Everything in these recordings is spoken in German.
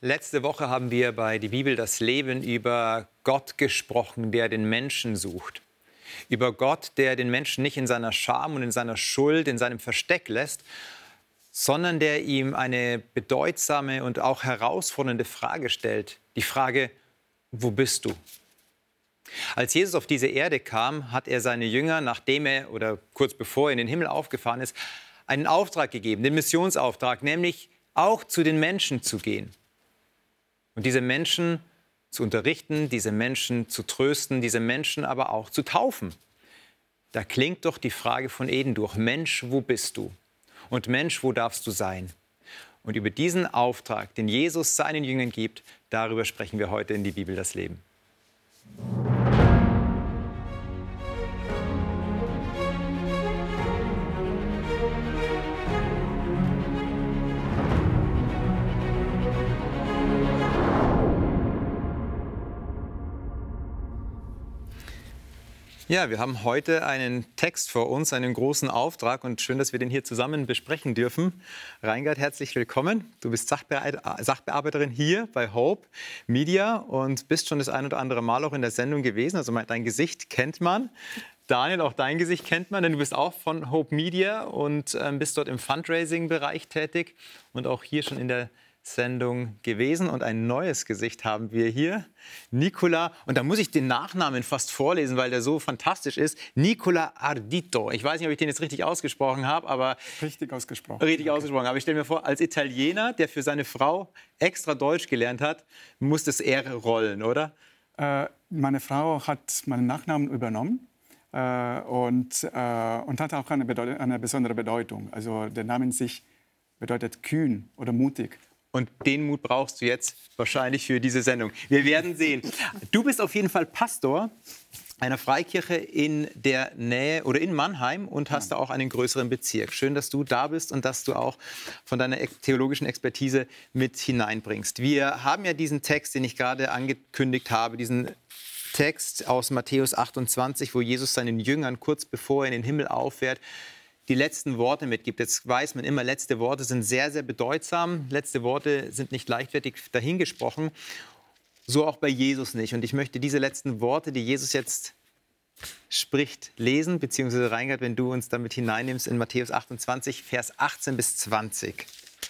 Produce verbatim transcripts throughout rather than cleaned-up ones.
Letzte Woche haben wir bei Die Bibel das Leben über Gott gesprochen, der den Menschen sucht. Über Gott, der den Menschen nicht in seiner Scham und in seiner Schuld, in seinem Versteck lässt, sondern der ihm eine bedeutsame und auch herausfordernde Frage stellt. Die Frage, wo bist du? Als Jesus auf diese Erde kam, hat er seine Jünger, nachdem er oder kurz bevor er in den Himmel aufgefahren ist, einen Auftrag gegeben, den Missionsauftrag, nämlich auch zu den Menschen zu gehen. Und diese Menschen zu unterrichten, diese Menschen zu trösten, diese Menschen aber auch zu taufen. Da klingt doch die Frage von Eden durch. Mensch, wo bist du? Und Mensch, wo darfst du sein? Und über diesen Auftrag, den Jesus seinen Jüngern gibt, darüber sprechen wir heute in Die Bibel das Leben. Ja, wir haben heute einen Text vor uns, einen großen Auftrag und schön, dass wir den hier zusammen besprechen dürfen. Reingard, herzlich willkommen. Du bist Sachbearbeiterin hier bei Hope Media und bist schon das ein oder andere Mal auch in der Sendung gewesen. Also dein Gesicht kennt man. Daniel, auch dein Gesicht kennt man, denn du bist auch von Hope Media und ähm, bist dort im Fundraising-Bereich tätig und auch hier schon in der Sendung gewesen. Und ein neues Gesicht haben wir hier, Nicola. Und da muss ich den Nachnamen fast vorlesen, weil der so fantastisch ist. Nicola Ardito. Ich weiß nicht, ob ich den jetzt richtig ausgesprochen habe, aber... Richtig ausgesprochen. Richtig okay. ausgesprochen. Aber ich stelle mir vor, als Italiener, der für seine Frau extra Deutsch gelernt hat, muss das eher rollen, oder? Äh, meine Frau hat meinen Nachnamen übernommen. Äh, und, äh, und hat auch eine, Bedeu- eine besondere Bedeutung. Also der Name in sich bedeutet kühn oder mutig. Und den Mut brauchst du jetzt wahrscheinlich für diese Sendung. Wir werden sehen. Du bist auf jeden Fall Pastor einer Freikirche in der Nähe oder in Mannheim und hast da auch einen größeren Bezirk. Schön, dass du da bist und dass du auch von deiner theologischen Expertise mit hineinbringst. Wir haben ja diesen Text, den ich gerade angekündigt habe, diesen Text aus Matthäus achtundzwanzig, wo Jesus seinen Jüngern kurz bevor er in den Himmel auffährt, die letzten Worte mitgibt. Jetzt weiß man immer, letzte Worte sind sehr, sehr bedeutsam. Letzte Worte sind nicht leichtfertig dahingesprochen. So auch bei Jesus nicht. Und ich möchte diese letzten Worte, die Jesus jetzt spricht, lesen, beziehungsweise Reingard, wenn du uns damit hineinnimmst in Matthäus achtundzwanzig, Vers achtzehn bis zwanzig.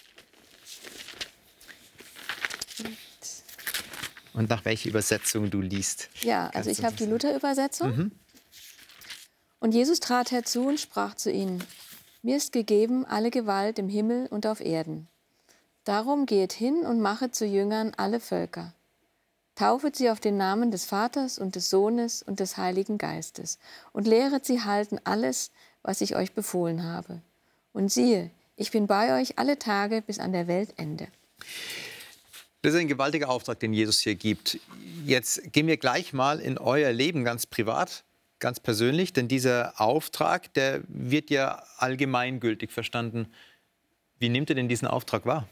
Und nach welcher Übersetzung du liest. Ja, also ich habe die Luther-Übersetzung. Mhm. Und Jesus trat herzu und sprach zu ihnen: Mir ist gegeben alle Gewalt im Himmel und auf Erden. Darum geht hin und machet zu Jüngern alle Völker. Taufet sie auf den Namen des Vaters und des Sohnes und des Heiligen Geistes und lehret sie halten alles, was ich euch befohlen habe. Und siehe, ich bin bei euch alle Tage bis an der Weltende. Das ist ein gewaltiger Auftrag, den Jesus hier gibt. Jetzt gehen wir gleich mal in euer Leben ganz privat, ganz persönlich, denn dieser Auftrag, der wird ja allgemeingültig verstanden. Wie nimmt ihr denn diesen Auftrag wahr?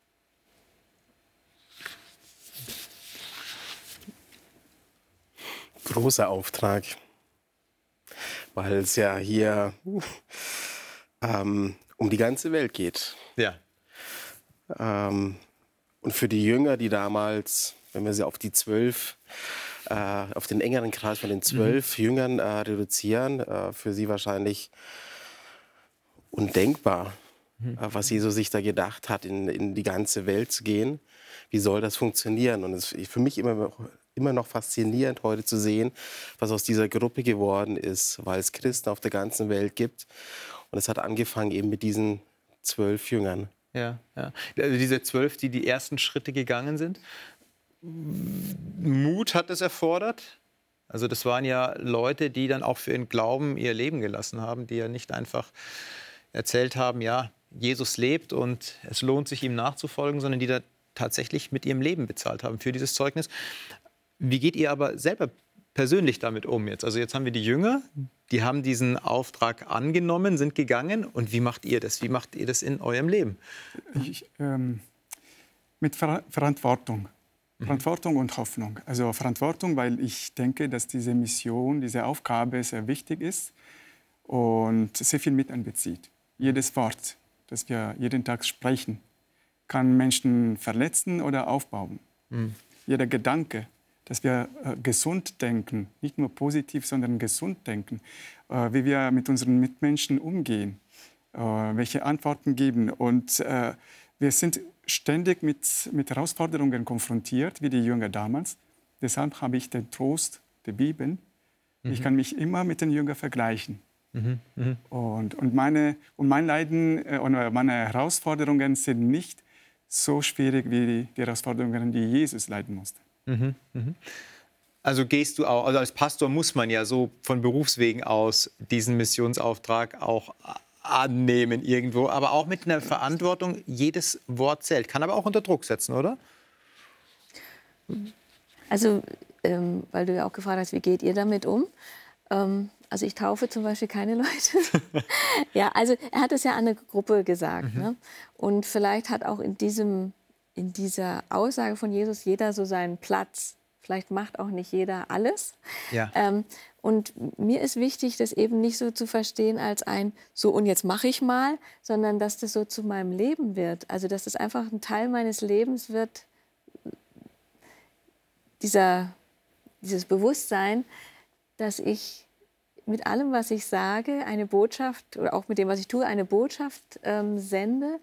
Großer Auftrag, weil es ja hier ähm, um die ganze Welt geht. Ja. Ähm, und für die Jünger, die damals, wenn wir sie auf die zwölf äh, auf den engeren Kreis von den zwölf mhm. Jüngern äh, reduzieren, äh, für sie wahrscheinlich undenkbar, mhm. äh, was Jesus sich da gedacht hat, in, in die ganze Welt zu gehen. Wie soll das funktionieren? Und es ist für mich immer, immer noch faszinierend, heute zu sehen, was aus dieser Gruppe geworden ist, weil es Christen auf der ganzen Welt gibt. Und es hat angefangen eben mit diesen zwölf Jüngern. Ja, ja. Also diese zwölf, die die ersten Schritte gegangen sind. Mut hat es erfordert. Also das waren ja Leute, die dann auch für ihren Glauben ihr Leben gelassen haben, die ja nicht einfach erzählt haben, ja, Jesus lebt und es lohnt sich, ihm nachzufolgen, sondern die da tatsächlich mit ihrem Leben bezahlt haben für dieses Zeugnis. Wie geht ihr aber selber persönlich damit um jetzt? Also jetzt haben wir die Jünger, die haben diesen Auftrag angenommen, sind gegangen. Und wie macht ihr das? Wie macht ihr das in eurem Leben? Ich, ähm, mit Ver Verantwortung. Verantwortung und Hoffnung. Also Verantwortung, weil ich denke, dass diese Mission, diese Aufgabe sehr wichtig ist und sehr viel mit einbezieht. Jedes Wort, das wir jeden Tag sprechen, kann Menschen verletzen oder aufbauen. Mhm. Jeder Gedanke, dass wir äh, gesund denken, nicht nur positiv, sondern gesund denken, äh, wie wir mit unseren Mitmenschen umgehen, äh, welche Antworten geben. Und äh, wir sind ständig mit, mit Herausforderungen konfrontiert, wie die Jünger damals. Deshalb habe ich den Trost der Bibel. Mhm. Ich kann mich immer mit den Jüngern vergleichen. Mhm. Mhm. Und, und, meine, und mein Leiden äh, und meine Herausforderungen sind nicht so schwierig wie die, die Herausforderungen, die Jesus leiden musste. Mhm. Mhm. Also gehst du auch, also als Pastor muss man ja so von Berufswegen aus diesen Missionsauftrag auch annehmen irgendwo, aber auch mit einer Verantwortung, jedes Wort zählt. Kann aber auch unter Druck setzen, oder? Also, ähm, weil du ja auch gefragt hast, wie geht ihr damit um? Ähm, also ich taufe zum Beispiel keine Leute. Ja, also er hat es ja an eine Gruppe gesagt. Mhm. Ne? Und vielleicht hat auch in, diesem, in dieser Aussage von Jesus jeder so seinen Platz. Vielleicht macht auch nicht jeder alles. Ja. Ähm, und mir ist wichtig, das eben nicht so zu verstehen als ein so und jetzt mache ich mal, sondern dass das so zu meinem Leben wird. Also dass das einfach ein Teil meines Lebens wird, dieser, dieses Bewusstsein, dass ich mit allem, was ich sage, eine Botschaft, oder auch mit dem, was ich tue, eine Botschaft ähm, sende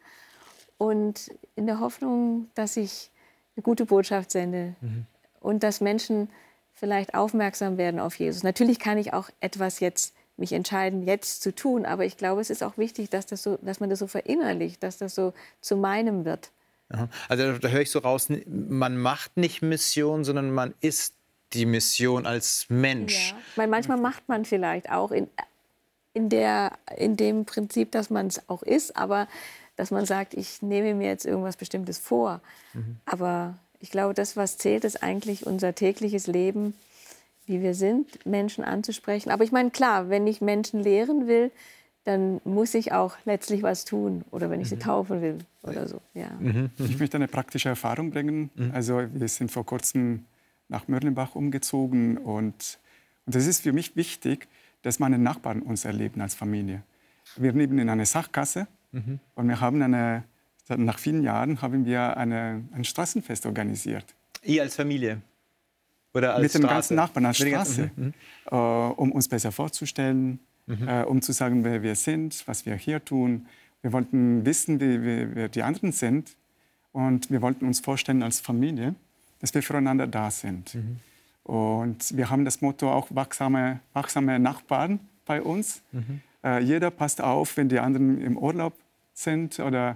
und in der Hoffnung, dass ich eine gute Botschaft sende. Mhm. Und dass Menschen vielleicht aufmerksam werden auf Jesus. Natürlich kann ich auch etwas jetzt mich entscheiden, jetzt zu tun, aber ich glaube, es ist auch wichtig, dass, das so, dass man das so verinnerlicht, dass das so zu meinem wird. Aha. Also da höre ich so raus, man macht nicht Mission, sondern man ist die Mission als Mensch. Ja. Ich meine, manchmal macht man vielleicht auch in, in, der, in dem Prinzip, dass man es auch ist, aber dass man sagt, ich nehme mir jetzt irgendwas Bestimmtes vor. Mhm. Aber ich glaube, das, was zählt, ist eigentlich unser tägliches Leben, wie wir sind, Menschen anzusprechen. Aber ich meine, klar, wenn ich Menschen lehren will, dann muss ich auch letztlich was tun. Oder wenn ich sie taufen will oder so. Ja. Mhm. Ich möchte eine praktische Erfahrung bringen. Mhm. Also wir sind vor kurzem nach Mörlenbach umgezogen. Und, und es ist für mich wichtig, dass meine Nachbarn uns erleben als Familie. Wir leben in einer Sackgasse mhm. und wir haben eine... Nach vielen Jahren haben wir eine, ein Straßenfest organisiert. Ihr als Familie? Oder als Mit den Straße? ganzen Nachbarn als Mit Straße, ganzen, mhm. äh, um uns besser vorzustellen, mhm. äh, um zu sagen, wer wir sind, was wir hier tun. Wir wollten wissen, wie, wie, wer die anderen sind. Und wir wollten uns vorstellen als Familie, dass wir füreinander da sind. Mhm. Und wir haben das Motto auch wachsame, wachsame Nachbarn bei uns. Mhm. Äh, jeder passt auf, wenn die anderen im Urlaub sind oder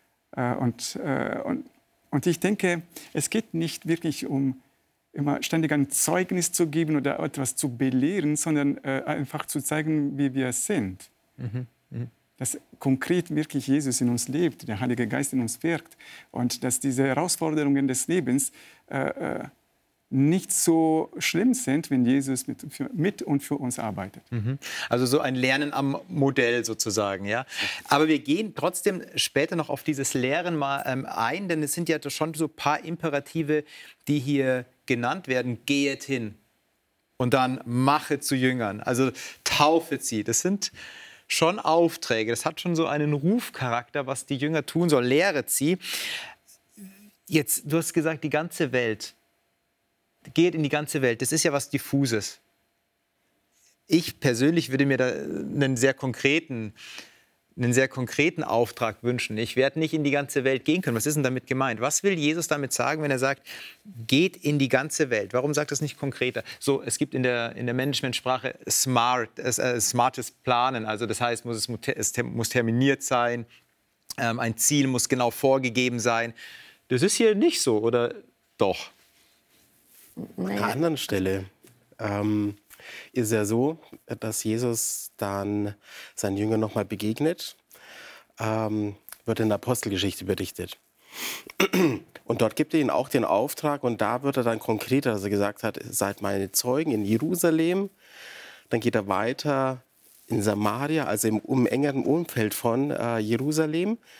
Und, und, und ich denke, es geht nicht wirklich um immer ständig ein Zeugnis zu geben oder etwas zu belehren, sondern einfach zu zeigen, wie wir sind. Mhm. Mhm. Dass konkret wirklich Jesus in uns lebt, der Heilige Geist in uns wirkt und dass diese Herausforderungen des Lebens äh, nicht so schlimm sind, wenn Jesus mit, für, mit und für uns arbeitet. Mhm. Also so ein Lernen am Modell sozusagen, ja. Aber wir gehen trotzdem später noch auf dieses Lehren mal ähm, ein, denn es sind ja schon so ein paar Imperative, die hier genannt werden. Gehet hin und dann mache zu Jüngern, also taufet sie. Das sind schon Aufträge, das hat schon so einen Rufcharakter, was die Jünger tun sollen. Lehret sie. Jetzt, du hast gesagt, die ganze Welt. Geht in die ganze Welt. Das ist ja was Diffuses. Ich persönlich würde mir da einen sehr konkreten, einen sehr konkreten Auftrag wünschen. Ich werde nicht in die ganze Welt gehen können. Was ist denn damit gemeint? Was will Jesus damit sagen, wenn er sagt, geht in die ganze Welt? Warum sagt er es nicht konkreter? So, es gibt in der, in der Managementsprache smart, äh, smartes Planen. Also das heißt, muss es, es muss terminiert sein. Ähm, ein Ziel muss genau vorgegeben sein. Das ist hier nicht so, oder doch? An einer anderen Stelle ähm, ist ja so, dass Jesus dann seinen Jüngern nochmal begegnet, ähm, wird in der Apostelgeschichte berichtet. Und dort gibt er ihnen auch den Auftrag und da wird er dann konkreter, dass er gesagt hat, seid meine Zeugen in Jerusalem. Dann geht er weiter in Samaria, also im um engeren Umfeld von äh, Jerusalem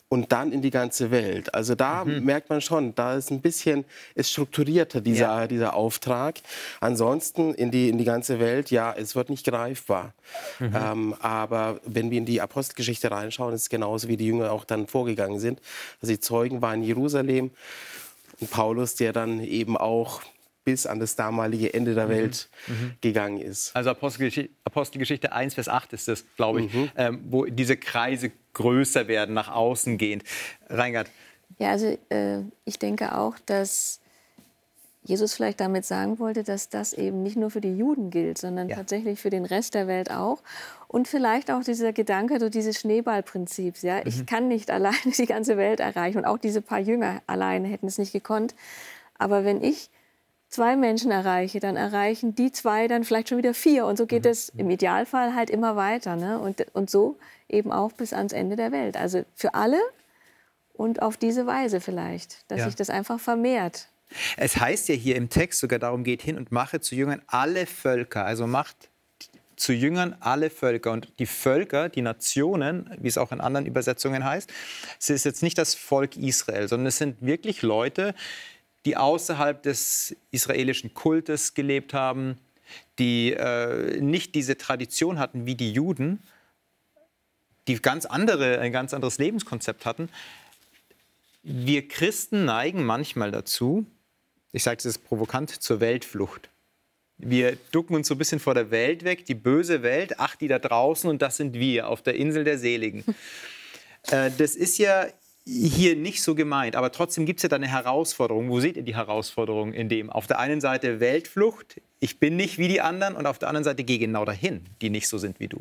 und dann in die ganze Welt. Also da Mhm. merkt man schon, da ist ein bisschen ist strukturierter dieser, Ja. dieser Auftrag. Ansonsten in die, in die ganze Welt, ja, es wird nicht greifbar. Mhm. Ähm, aber wenn wir in die Apostelgeschichte reinschauen, ist es genauso, wie die Jünger auch dann vorgegangen sind. Also die Zeugen waren in Jerusalem und Paulus, der dann eben auch bis an das damalige Ende der Welt Mhm. gegangen ist. Also Apostelgeschichte, Apostelgeschichte eins, Vers acht ist das, glaube ich, Mhm. ähm, wo diese Kreise größer werden, nach außen gehend. Reingard. Ja, also äh, ich denke auch, dass Jesus vielleicht damit sagen wollte, dass das eben nicht nur für die Juden gilt, sondern Ja. tatsächlich für den Rest der Welt auch. Und vielleicht auch dieser Gedanke, so dieses Schneeballprinzips. Ja? Ich kann nicht alleine die ganze Welt erreichen. Und auch diese paar Jünger alleine hätten es nicht gekonnt. Aber wenn ich zwei Menschen erreiche, dann erreichen die zwei dann vielleicht schon wieder vier. Und so geht es im Idealfall halt immer weiter. Ne? Und, und so eben auch bis ans Ende der Welt. Also für alle und auf diese Weise vielleicht, dass Ja. sich das einfach vermehrt. Es heißt ja hier im Text sogar darum, geht hin und mache zu Jüngern alle Völker. Also macht zu Jüngern alle Völker. Und die Völker, die Nationen, wie es auch in anderen Übersetzungen heißt, es ist jetzt nicht das Volk Israel, sondern es sind wirklich Leute, die außerhalb des israelischen Kultes gelebt haben, die äh, nicht diese Tradition hatten wie die Juden, die ganz andere, ein ganz anderes Lebenskonzept hatten. Wir Christen neigen manchmal dazu, ich sage das provokant, zur Weltflucht. Wir ducken uns so ein bisschen vor der Welt weg, die böse Welt, ach, die da draußen, und das sind wir auf der Insel der Seligen. äh, das ist ja hier nicht so gemeint, aber trotzdem gibt es ja da eine Herausforderung. Wo seht ihr die Herausforderung in dem? Auf der einen Seite Weltflucht, ich bin nicht wie die anderen, und auf der anderen Seite gehe genau dahin, die nicht so sind wie du.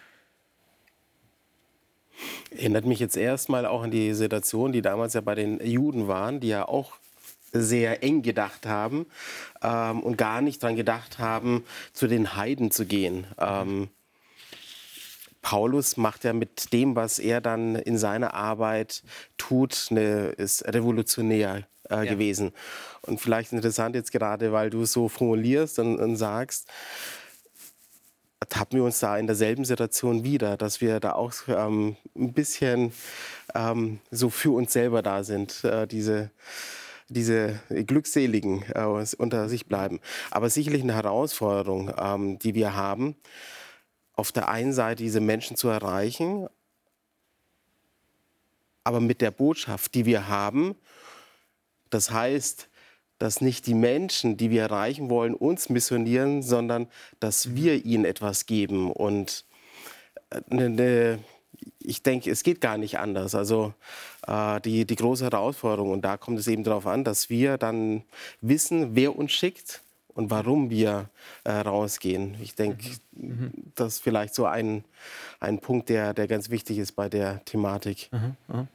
Erinnert mich jetzt erstmal auch an die Situation, die damals ja bei den Juden waren, die ja auch sehr eng gedacht haben ähm, und gar nicht daran gedacht haben, zu den Heiden zu gehen. Ähm, Paulus macht ja mit dem, was er dann in seiner Arbeit tut, eine, ist revolutionär äh, Ja. gewesen. Und vielleicht interessant jetzt gerade, weil du es so formulierst und, und sagst, haben wir uns da in derselben Situation wieder, dass wir da auch ähm, ein bisschen ähm, so für uns selber da sind, äh, diese, diese Glückseligen äh, unter sich bleiben. Aber sicherlich eine Herausforderung, ähm, die wir haben, auf der einen Seite diese Menschen zu erreichen, aber mit der Botschaft, die wir haben, das heißt, dass nicht die Menschen, die wir erreichen wollen, uns missionieren, sondern dass wir ihnen etwas geben. Und eine, eine, ich denke, es geht gar nicht anders. Also äh, die, die große Herausforderung, und da kommt es eben darauf an, dass wir dann wissen, wer uns schickt und warum wir äh, rausgehen. Ich denke, mhm. das ist vielleicht so ein, ein Punkt, der, der ganz wichtig ist bei der Thematik. Mhm. Mhm.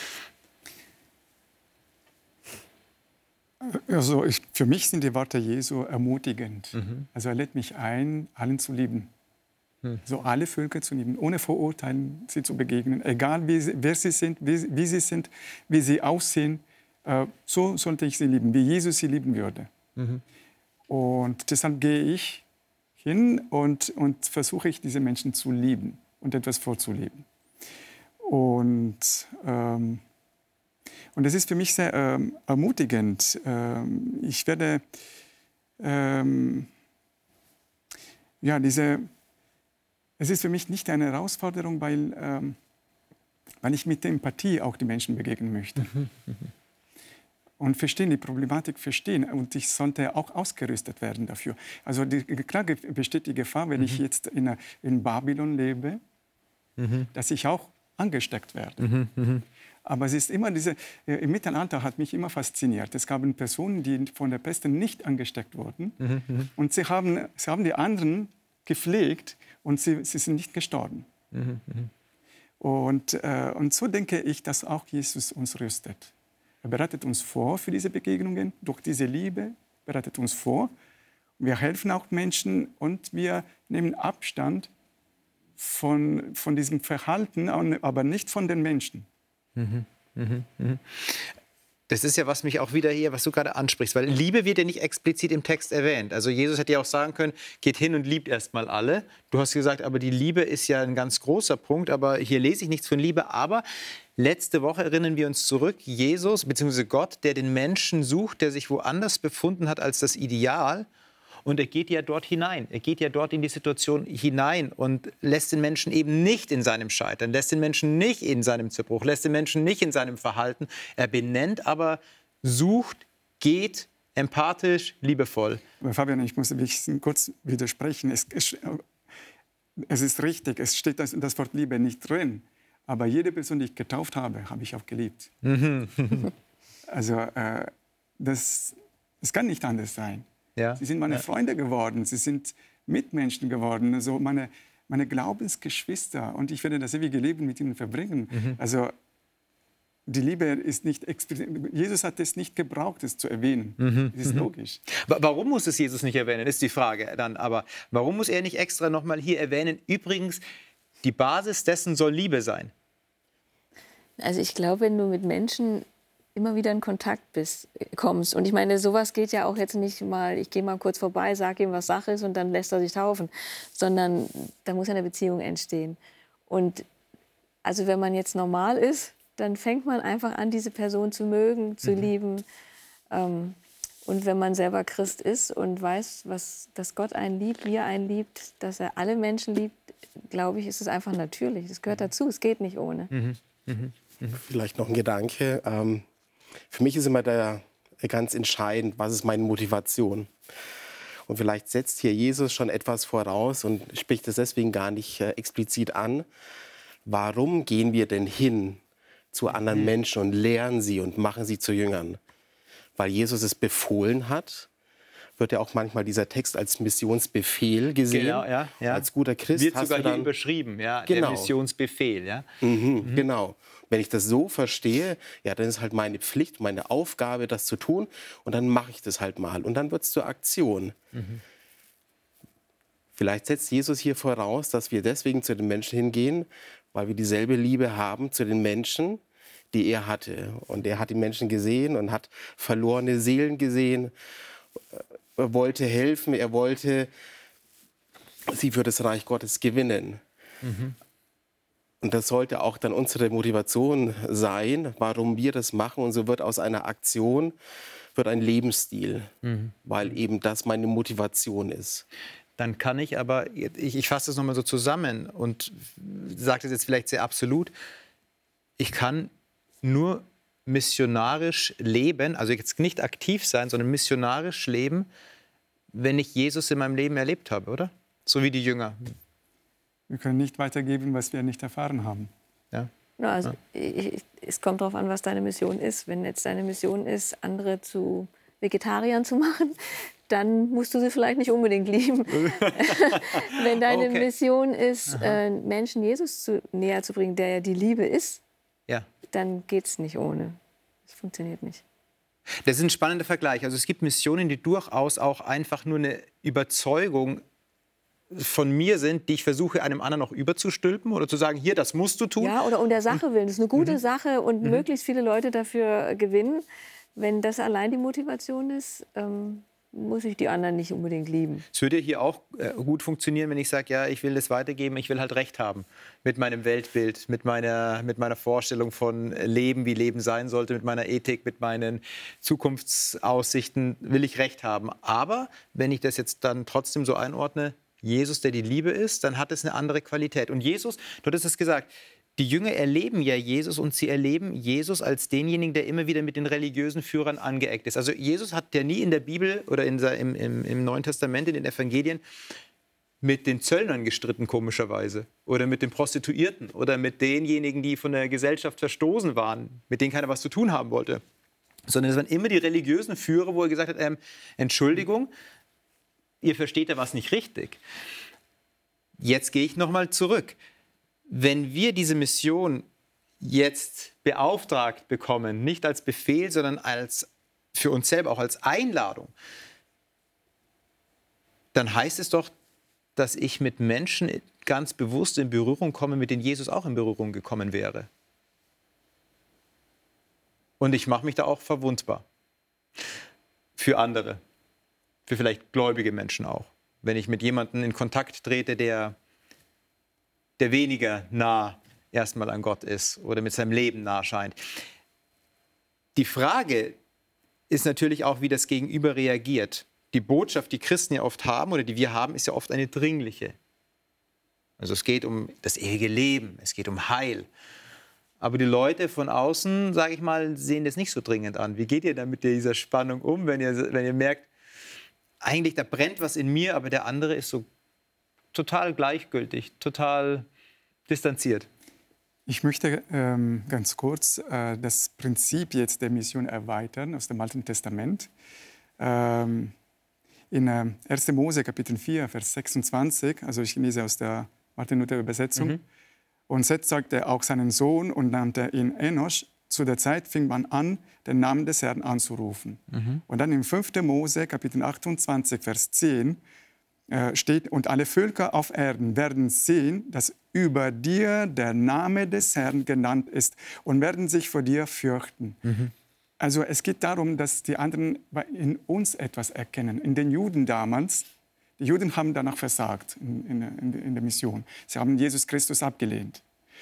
Also ich, für mich sind die Worte Jesu ermutigend. Mhm. Also er lädt mich ein, allen zu lieben. Mhm. So alle Völker zu lieben, ohne Vorurteilen sie zu begegnen. Egal wie sie, wer sie sind, wie, wie sie sind, wie sie aussehen. Äh, so sollte ich sie lieben, wie Jesus sie lieben würde. Mhm. Und deshalb gehe ich hin und, und versuche ich, diese Menschen zu lieben und etwas vorzuleben. Und, ähm, und das ist für mich sehr ähm, ermutigend. Ähm, ich werde ähm, ja, diese, es ist für mich nicht eine Herausforderung, weil, ähm, weil ich mit der Empathie auch die Menschen begegnen möchte. Mhm. Mhm. Und verstehen, die Problematik verstehen. Und ich sollte auch ausgerüstet werden dafür. Also die, klar besteht die Gefahr, wenn mhm. ich jetzt in, in Babylon lebe, mhm. dass ich auch angesteckt werde. Mhm. Mhm. Aber es ist immer diese, im Mittelalter hat mich immer fasziniert. Es gab Personen, die von der Pest nicht angesteckt wurden. Mhm. Und sie haben, sie haben die anderen gepflegt und sie, sie sind nicht gestorben. Mhm. Und, äh, und so denke ich, dass auch Jesus uns rüstet. Er bereitet uns vor für diese Begegnungen, durch diese Liebe bereitet uns vor. Wir helfen auch Menschen und wir nehmen Abstand von, von diesem Verhalten, aber nicht von den Menschen. Mhm, mh, mh. Das ist ja, was mich auch wieder hier, was du gerade ansprichst, weil Liebe wird ja nicht explizit im Text erwähnt. Also Jesus hätte ja auch sagen können, geht hin und liebt erstmal alle. Du hast gesagt, aber die Liebe ist ja ein ganz großer Punkt, aber hier lese ich nichts von Liebe. Aber letzte Woche erinnern wir uns zurück, Jesus bzw. Gott, der den Menschen sucht, der sich woanders befunden hat als das Ideal. Und er geht ja dort hinein. Er geht ja dort in die Situation hinein und lässt den Menschen eben nicht in seinem Scheitern, lässt den Menschen nicht in seinem Zerbruch, lässt den Menschen nicht in seinem Verhalten. Er benennt, aber sucht, geht empathisch, liebevoll. Aber Fabian, ich muss mich kurz widersprechen. Es, es, es ist richtig, es steht das, das Wort Liebe nicht drin. Aber jede Person, die ich getauft habe, habe ich auch geliebt. Also äh, das, das kann nicht anders sein. Ja. Sie sind meine ja. Freunde geworden, sie sind Mitmenschen geworden, also meine, meine Glaubensgeschwister. Und ich werde das ewige Leben mit ihnen verbringen. Mhm. Also die Liebe ist nicht explizit. Jesus hat es nicht gebraucht, es zu erwähnen. Mhm. Das ist mhm. logisch. Warum muss es Jesus nicht erwähnen, ist die Frage dann. Aber warum muss er nicht extra noch mal hier erwähnen? Übrigens, die Basis dessen soll Liebe sein. Also ich glaube, wenn du mit Menschen immer wieder in Kontakt bist, kommst. Und ich meine, sowas geht ja auch jetzt nicht mal, ich gehe mal kurz vorbei, sage ihm, was Sache ist und dann lässt er sich taufen. Sondern da muss ja eine Beziehung entstehen. Und also wenn man jetzt normal ist, dann fängt man einfach an, diese Person zu mögen, zu mhm. lieben. Ähm, und wenn man selber Christ ist und weiß, was, dass Gott einen liebt, wie er einen liebt, dass er alle Menschen liebt, glaube ich, ist es einfach natürlich. Das gehört dazu, es geht nicht ohne. Mhm. Mhm. Mhm. Vielleicht noch ein Gedanke. Ähm Für mich ist immer der, ganz entscheidend, was ist meine Motivation? Und vielleicht setzt hier Jesus schon etwas voraus und spricht es deswegen gar nicht äh, explizit an. Warum gehen wir denn hin zu anderen mhm. Menschen und lehren sie und machen sie zu Jüngern? Weil Jesus es befohlen hat. Wird ja auch manchmal dieser Text als Missionsbefehl gesehen. Genau, ja, ja. Als guter Christ wird hast sogar du dann hier überschrieben, ja, genau. der Missionsbefehl. Ja? Mhm, mhm. Genau. Wenn ich das so verstehe, ja, dann ist halt meine Pflicht, meine Aufgabe, das zu tun. Und dann mache ich das halt mal. Und dann wird es zur Aktion. Mhm. Vielleicht setzt Jesus hier voraus, dass wir deswegen zu den Menschen hingehen, weil wir dieselbe Liebe haben zu den Menschen, die er hatte. Und er hat die Menschen gesehen und hat verlorene Seelen gesehen. Er wollte helfen, er wollte sie für das Reich Gottes gewinnen. Mhm. Und das sollte auch dann unsere Motivation sein, warum wir das machen. Und so wird aus einer Aktion wird ein Lebensstil, mhm. weil eben das meine Motivation ist. Dann kann ich aber, ich, ich fasse das nochmal so zusammen und sage das jetzt vielleicht sehr absolut, ich kann nur missionarisch leben, also jetzt nicht aktiv sein, sondern missionarisch leben, wenn ich Jesus in meinem Leben erlebt habe, oder? So wie die Jünger. Wir können nicht weitergeben, was wir nicht erfahren haben. Ja. Ja, also ja. Ich, es kommt darauf an, was deine Mission ist. Wenn jetzt deine Mission ist, andere zu Vegetariern zu machen, dann musst du sie vielleicht nicht unbedingt lieben. Wenn deine okay. Mission ist, äh, Menschen Jesus zu, näher zu bringen, der ja die Liebe ist, ja. dann geht es nicht ohne. Das funktioniert nicht. Das ist ein spannender Vergleich. Also es gibt Missionen, die durchaus auch einfach nur eine Überzeugung von mir sind, die ich versuche, einem anderen noch überzustülpen oder zu sagen, hier, das musst du tun. Ja, oder um der Sache willen. Das ist eine gute mhm. Sache und mhm. möglichst viele Leute dafür gewinnen. Wenn das allein die Motivation ist, ähm, muss ich die anderen nicht unbedingt lieben. Es würde hier auch äh, gut funktionieren, wenn ich sage, ja, ich will das weitergeben, ich will halt Recht haben mit meinem Weltbild, mit meiner, mit meiner Vorstellung von Leben, wie Leben sein sollte, mit meiner Ethik, mit meinen Zukunftsaussichten, will ich Recht haben. Aber wenn ich das jetzt dann trotzdem so einordne, Jesus, der die Liebe ist, dann hat es eine andere Qualität. Und Jesus, du hattest es gesagt, die Jünger erleben ja Jesus und sie erleben Jesus als denjenigen, der immer wieder mit den religiösen Führern angeeckt ist. Also Jesus hat ja nie in der Bibel oder in, im, im, im Neuen Testament, in den Evangelien, mit den Zöllnern gestritten, komischerweise. Oder mit den Prostituierten oder mit denjenigen, die von der Gesellschaft verstoßen waren, mit denen keiner was zu tun haben wollte. Sondern es waren immer die religiösen Führer, wo er gesagt hat, ähm, Entschuldigung, ihr versteht da was nicht richtig. Jetzt gehe ich noch mal zurück. Wenn wir diese Mission jetzt beauftragt bekommen, nicht als Befehl, sondern als, für uns selber auch als Einladung, dann heißt es doch, dass ich mit Menschen ganz bewusst in Berührung komme, mit denen Jesus auch in Berührung gekommen wäre. Und ich mache mich da auch verwundbar. Für andere. Für vielleicht gläubige Menschen auch. Wenn ich mit jemandem in Kontakt trete, der, der weniger nah erstmal an Gott ist oder mit seinem Leben nah scheint. Die Frage ist natürlich auch, wie das Gegenüber reagiert. Die Botschaft, die Christen ja oft haben oder die wir haben, ist ja oft eine dringliche. Also es geht um das ewige Leben, es geht um Heil. Aber die Leute von außen, sage ich mal, sehen das nicht so dringend an. Wie geht ihr dann mit dieser Spannung um, wenn ihr, wenn ihr merkt, eigentlich da brennt was in mir, aber der andere ist so total gleichgültig, total distanziert? Ich möchte ähm, ganz kurz äh, das Prinzip jetzt der Mission erweitern aus dem Alten Testament. Ähm, in äh, erster Mose Kapitel vier, Vers sechsundzwanzig, also ich lese aus der Martin-Luther-Übersetzung. Mhm. Und Seth sagte auch seinen Sohn und nannte ihn Enosch. Zu der Zeit fing man an, den Namen des Herrn anzurufen. Mhm. Und dann im fünfter Mose, Kapitel achtundzwanzig, Vers zehn, äh, steht, und alle Völker auf Erden werden sehen, dass über dir der Name des Herrn genannt ist und werden sich vor dir fürchten. Mhm. Also es geht darum, dass die anderen in uns etwas erkennen. In den Juden damals, die Juden haben danach versagt in, in, in der Mission. Sie haben Jesus Christus abgelehnt.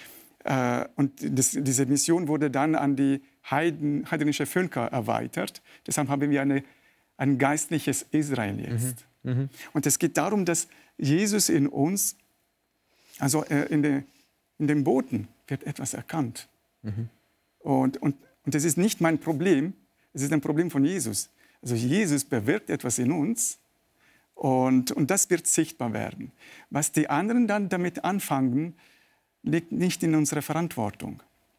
Äh, und das, diese Mission wurde dann an die Heiden, heidnische Völker erweitert. Deshalb haben wir eine, ein geistliches Israel jetzt. Mhm. Mhm. Und es geht darum, dass Jesus in uns, also äh, in, de, in den Boten wird etwas erkannt. Mhm. Und, und, und das ist nicht mein Problem, es ist ein Problem von Jesus. Also Jesus bewirkt etwas in uns. Und, und das wird sichtbar werden. Was die anderen dann damit anfangen, liegt nicht in unserer Verantwortung.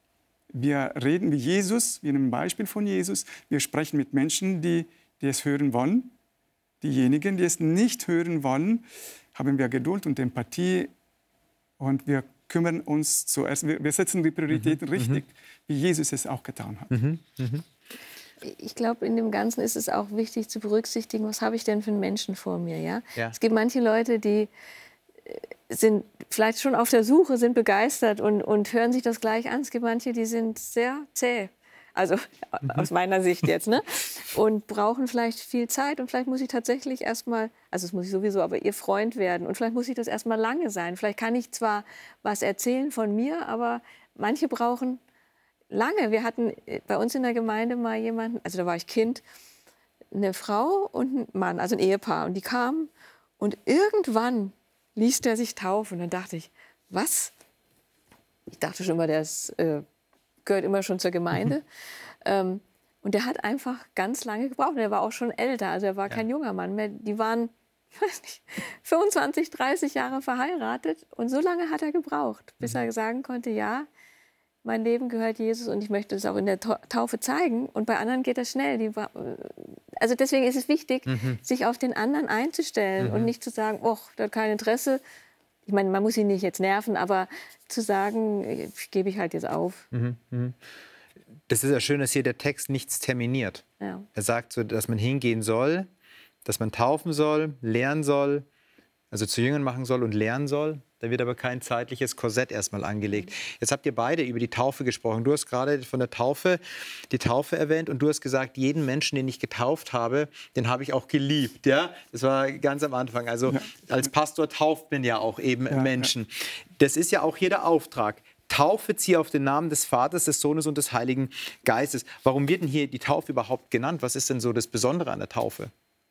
Wir reden wie Jesus, wie ein Beispiel von Jesus. Wir sprechen mit Menschen, die, die es hören wollen. Diejenigen, die es nicht hören wollen, haben wir Geduld und Empathie. Und wir kümmern uns zuerst, wir, wir setzen die Prioritäten mhm. richtig, wie Jesus es auch getan hat. Mhm. Mhm. Ich glaube, in dem Ganzen ist es auch wichtig zu berücksichtigen, was habe ich denn für einen Menschen vor mir. Ja? Ja. Es gibt manche Leute, die sind vielleicht schon auf der Suche, sind begeistert und, und hören sich das gleich an. Es gibt manche, die sind sehr zäh, also mhm. aus meiner Sicht jetzt, ne? Und brauchen vielleicht viel Zeit. Und vielleicht muss ich tatsächlich erst mal, also das muss ich sowieso, aber ihr Freund werden. Und vielleicht muss ich das erst mal lange sein. Vielleicht kann ich zwar was erzählen von mir, aber manche brauchen lange. Wir hatten bei uns in der Gemeinde mal jemanden, also da war ich Kind, eine Frau und ein Mann, also ein Ehepaar. Und die kamen und irgendwann ließ der sich taufen. Und dann dachte ich, was? Ich dachte schon immer, der ist, äh, gehört immer schon zur Gemeinde. Mhm. Ähm, und der hat einfach ganz lange gebraucht. Der war auch schon älter, also er war ja. kein junger Mann mehr. Die waren, ich weiß nicht, fünfundzwanzig, dreißig Jahre verheiratet. Und so lange hat er gebraucht, bis mhm. er sagen konnte, ja, mein Leben gehört Jesus und ich möchte es auch in der Taufe zeigen. Und bei anderen geht das schnell. Die, also deswegen ist es wichtig, mhm. sich auf den anderen einzustellen mhm. und nicht zu sagen, oh, der hat kein Interesse. Ich meine, man muss ihn nicht jetzt nerven, aber zu sagen, gebe ich halt jetzt auf. Mhm. Mhm. Das ist ja schön, dass hier der Text nichts terminiert. Ja. Er sagt so, dass man hingehen soll, dass man taufen soll, lernen soll, also zu Jüngern machen soll und lernen soll. Da wird aber kein zeitliches Korsett erstmal angelegt. Jetzt habt ihr beide über die Taufe gesprochen. Du hast gerade von der Taufe die Taufe erwähnt und du hast gesagt, jeden Menschen, den ich getauft habe, den habe ich auch geliebt. Ja? Das war ganz am Anfang. Also ja. als Pastor tauft man ja auch eben ja, Menschen. Ja. Das ist ja auch hier der Auftrag. Taufe ziehe auf den Namen des Vaters, des Sohnes und des Heiligen Geistes. Warum wird denn hier die Taufe überhaupt genannt? Was ist denn so das Besondere an der Taufe?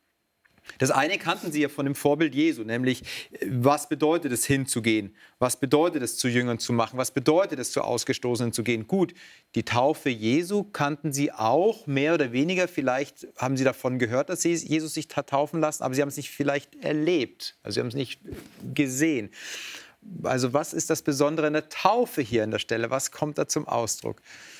Das eine kannten sie ja von dem Vorbild Jesu, nämlich was bedeutet es hinzugehen? Was bedeutet es zu Jüngern zu machen? Was bedeutet es zu Ausgestoßenen zu gehen? Gut, die Taufe Jesu kannten sie auch, mehr oder weniger. Vielleicht haben sie davon gehört, dass Jesus sich hat taufen lassen, aber sie haben es nicht vielleicht erlebt. Also sie haben es nicht gesehen. Also was ist das Besondere an der Taufe hier an der Stelle? Was kommt da zum Ausdruck?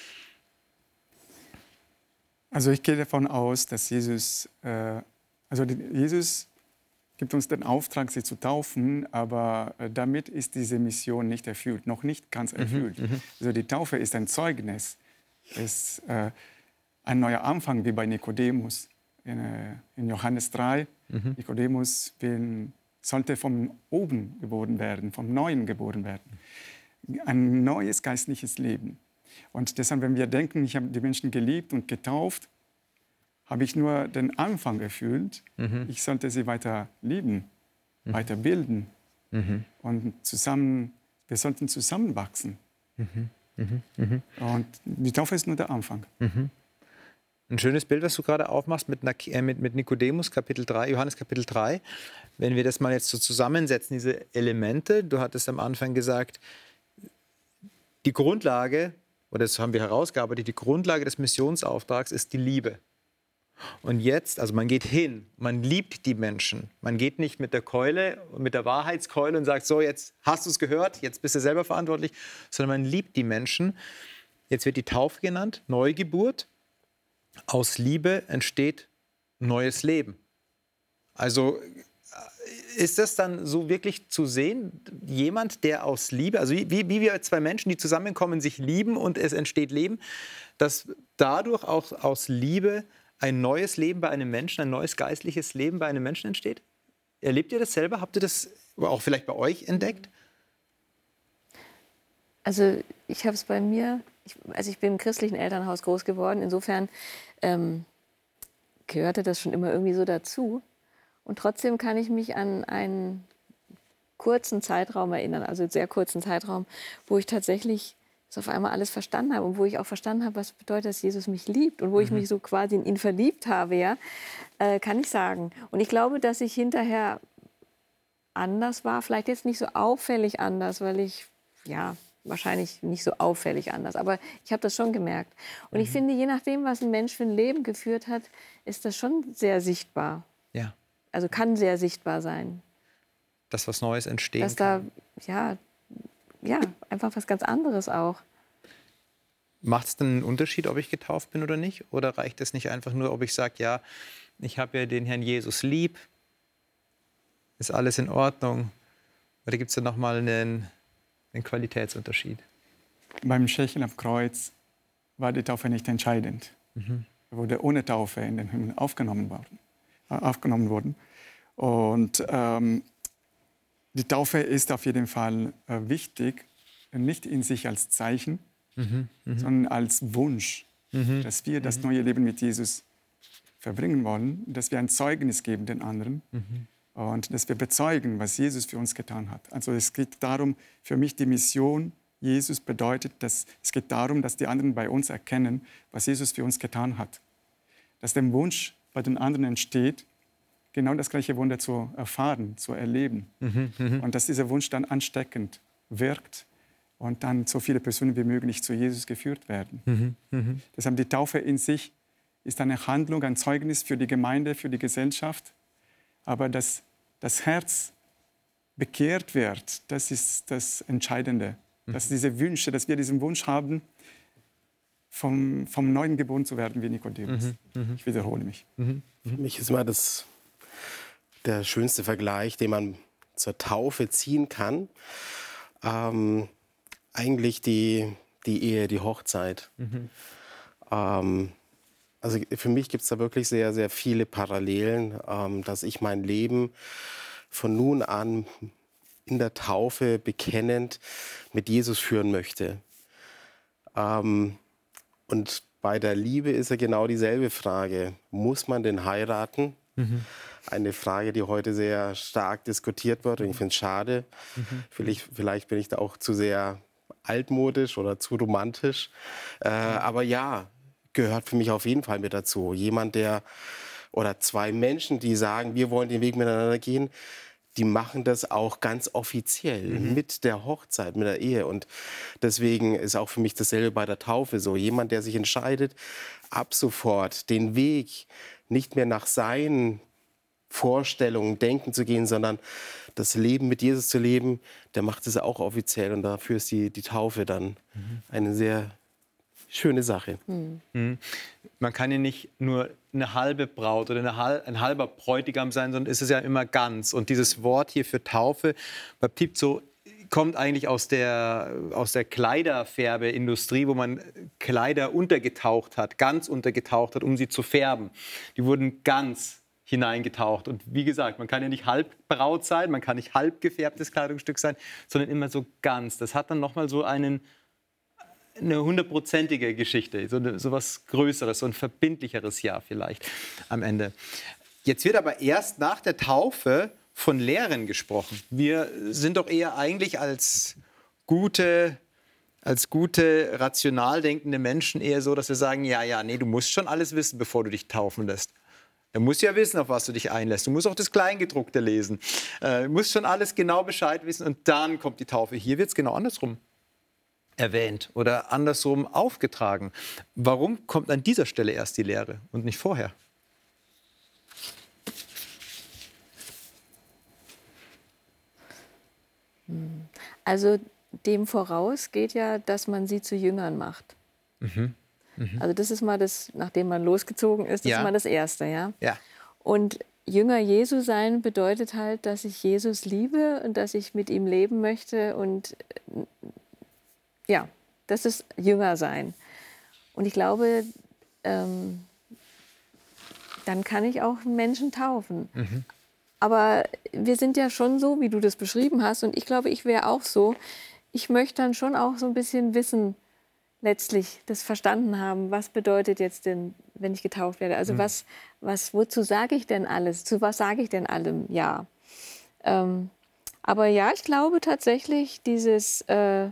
Also ich gehe davon aus, dass Jesus... Äh Also Jesus gibt uns den Auftrag, sie zu taufen, aber damit ist diese Mission nicht erfüllt, noch nicht ganz erfüllt. Mhm, also die Taufe ist ein Zeugnis, ist äh, ein neuer Anfang, wie bei Nikodemus in, äh, in Johannes drei. Mhm. Nikodemus bin, sollte von oben geboren werden, vom Neuen geboren werden. Ein neues geistliches Leben. Und deshalb, wenn wir denken, ich habe die Menschen geliebt und getauft, habe ich nur den Anfang erfüllt. Mhm. Ich sollte sie weiter lieben, mhm. weiter bilden. Mhm. Und zusammen, wir sollten zusammenwachsen. Mhm. Mhm. Mhm. Und die Taufe ist nur der Anfang. Mhm. Ein schönes Bild, was du gerade aufmachst mit, äh, mit, mit Nikodemus, Kapitel drei, Johannes Kapitel drei. Wenn wir das mal jetzt so zusammensetzen, diese Elemente, du hattest am Anfang gesagt, die Grundlage, oder das haben wir herausgearbeitet, die Grundlage des Missionsauftrags ist die Liebe. Und jetzt, also man geht hin, man liebt die Menschen. Man geht nicht mit der Keule, mit der Wahrheitskeule und sagt, so, jetzt hast du es gehört, jetzt bist du selber verantwortlich, sondern man liebt die Menschen. Jetzt wird die Taufe genannt, Neugeburt. Aus Liebe entsteht neues Leben. Also ist das dann so wirklich zu sehen, jemand, der aus Liebe, also wie, wie wir zwei Menschen, die zusammenkommen, sich lieben und es entsteht Leben, dass dadurch auch aus Liebe ein neues Leben bei einem Menschen, ein neues geistliches Leben bei einem Menschen entsteht? Erlebt ihr das selber? Habt ihr das auch vielleicht bei euch entdeckt? Also ich habe es bei mir, ich, also ich bin im christlichen Elternhaus groß geworden, insofern ähm, gehörte das schon immer irgendwie so dazu. Und trotzdem kann ich mich an einen kurzen Zeitraum erinnern, also einen sehr kurzen Zeitraum, wo ich tatsächlich das auf einmal alles verstanden habe und wo ich auch verstanden habe, was bedeutet, dass Jesus mich liebt und wo mhm. ich mich so quasi in ihn verliebt habe, ja, äh, kann ich sagen. Und ich glaube, dass ich hinterher anders war, vielleicht jetzt nicht so auffällig anders, weil ich, ja, wahrscheinlich nicht so auffällig anders, aber ich habe das schon gemerkt. Und mhm. ich finde, je nachdem, was ein Mensch für ein Leben geführt hat, ist das schon sehr sichtbar. Ja. Also kann sehr sichtbar sein. Dass was Neues entstehen Dass kann. da, ja, ja, einfach was ganz anderes auch. Macht es denn einen Unterschied, ob ich getauft bin oder nicht? Oder reicht es nicht einfach nur, ob ich sage, ja, ich habe ja den Herrn Jesus lieb, ist alles in Ordnung? Oder gibt es da nochmal einen, einen Qualitätsunterschied? Beim Stechen am Kreuz war die Taufe nicht entscheidend. Mhm. Er wurde ohne Taufe in den Himmel aufgenommen worden. Äh, aufgenommen worden. Und ähm, die Taufe ist auf jeden Fall äh, wichtig, nicht in sich als Zeichen, mhm, mh. sondern als Wunsch, mhm. dass wir das neue Leben mit Jesus verbringen wollen, dass wir ein Zeugnis geben den anderen mhm. und dass wir bezeugen, was Jesus für uns getan hat. Also es geht darum, für mich die Mission Jesus bedeutet, dass es geht darum, dass die anderen bei uns erkennen, was Jesus für uns getan hat. Dass der Wunsch bei den anderen entsteht, genau das gleiche Wunder zu erfahren, zu erleben. Mhm, mh. Und dass dieser Wunsch dann ansteckend wirkt und dann so viele Personen wie möglich zu Jesus geführt werden. Mhm, mh. Deshalb die Taufe in sich ist eine Handlung, ein Zeugnis für die Gemeinde, für die Gesellschaft. Aber dass das Herz bekehrt wird, das ist das Entscheidende. Mhm. Dass diese Wünsche, dass wir diesen Wunsch haben, vom, vom Neuen geboren zu werden wie Nikodemus. Mhm, mh. Ich wiederhole mich. Mhm. Für mich ist mal das der schönste Vergleich, den man zur Taufe ziehen kann. Ähm, eigentlich die, die Ehe, die Hochzeit. Mhm. Ähm, also für mich gibt es da wirklich sehr, sehr viele Parallelen, ähm, dass ich mein Leben von nun an in der Taufe bekennend mit Jesus führen möchte. Ähm, und bei der Liebe ist ja genau dieselbe Frage. Muss man denn heiraten? Mhm. Eine Frage, die heute sehr stark diskutiert wird. Und ich finde es schade. Mhm. Vielleicht, vielleicht bin ich da auch zu sehr altmodisch oder zu romantisch. Äh, aber ja, gehört für mich auf jeden Fall mit dazu. Jemand, der oder zwei Menschen, die sagen, wir wollen den Weg miteinander gehen, die machen das auch ganz offiziell mhm. mit der Hochzeit, mit der Ehe. Und deswegen ist auch für mich dasselbe bei der Taufe so. Jemand, der sich entscheidet, ab sofort den Weg nicht mehr nach seinen Vorstellungen, Denken zu gehen, sondern das Leben mit Jesus zu leben, der macht es auch offiziell. Und dafür ist die, die Taufe dann mhm. eine sehr schöne Sache. Mhm. Mhm. Man kann ja nicht nur eine halbe Braut oder eine, ein halber Bräutigam sein, sondern ist es ja immer ganz. Und dieses Wort hier für Taufe, Baptizo, kommt eigentlich aus der, aus der Kleiderfärbeindustrie, wo man Kleider untergetaucht hat, ganz untergetaucht hat, um sie zu färben. Die wurden ganz hineingetaucht. Und wie gesagt, man kann ja nicht halb Braut sein, man kann nicht halb gefärbtes Kleidungsstück sein, sondern immer so ganz. Das hat dann nochmal so einen, eine hundertprozentige Geschichte, so, eine, so was Größeres, so ein verbindlicheres Ja vielleicht am Ende. Jetzt wird aber erst nach der Taufe von Lehren gesprochen. Wir sind doch eher eigentlich als gute, als gute, rational denkende Menschen eher so, dass wir sagen, ja, ja, nee, du musst schon alles wissen, bevor du dich taufen lässt. Du musst ja wissen, auf was du dich einlässt. Du musst auch das Kleingedruckte lesen. Du musst schon alles genau Bescheid wissen und dann kommt die Taufe. Hier wird es genau andersrum erwähnt oder andersrum aufgetragen. Warum kommt an dieser Stelle erst die Lehre und nicht vorher? Also dem voraus geht ja, dass man sie zu Jüngern macht. Mhm. Mhm. Also das ist mal das, nachdem man losgezogen ist, das ja. ist mal das Erste. Ja? Ja. Und Jünger Jesu sein bedeutet halt, dass ich Jesus liebe und dass ich mit ihm leben möchte und ja, das ist Jünger sein. Und ich glaube, ähm, dann kann ich auch Menschen taufen. Mhm. Aber wir sind ja schon so, wie du das beschrieben hast. Und ich glaube, ich wäre auch so. Ich möchte dann schon auch so ein bisschen wissen, letztlich das verstanden haben, was bedeutet jetzt denn, wenn ich getauft werde? Also mhm. was, was, wozu sage ich denn alles? Zu was sage ich denn allem Ja? Ähm, aber ja, ich glaube tatsächlich, dieses äh,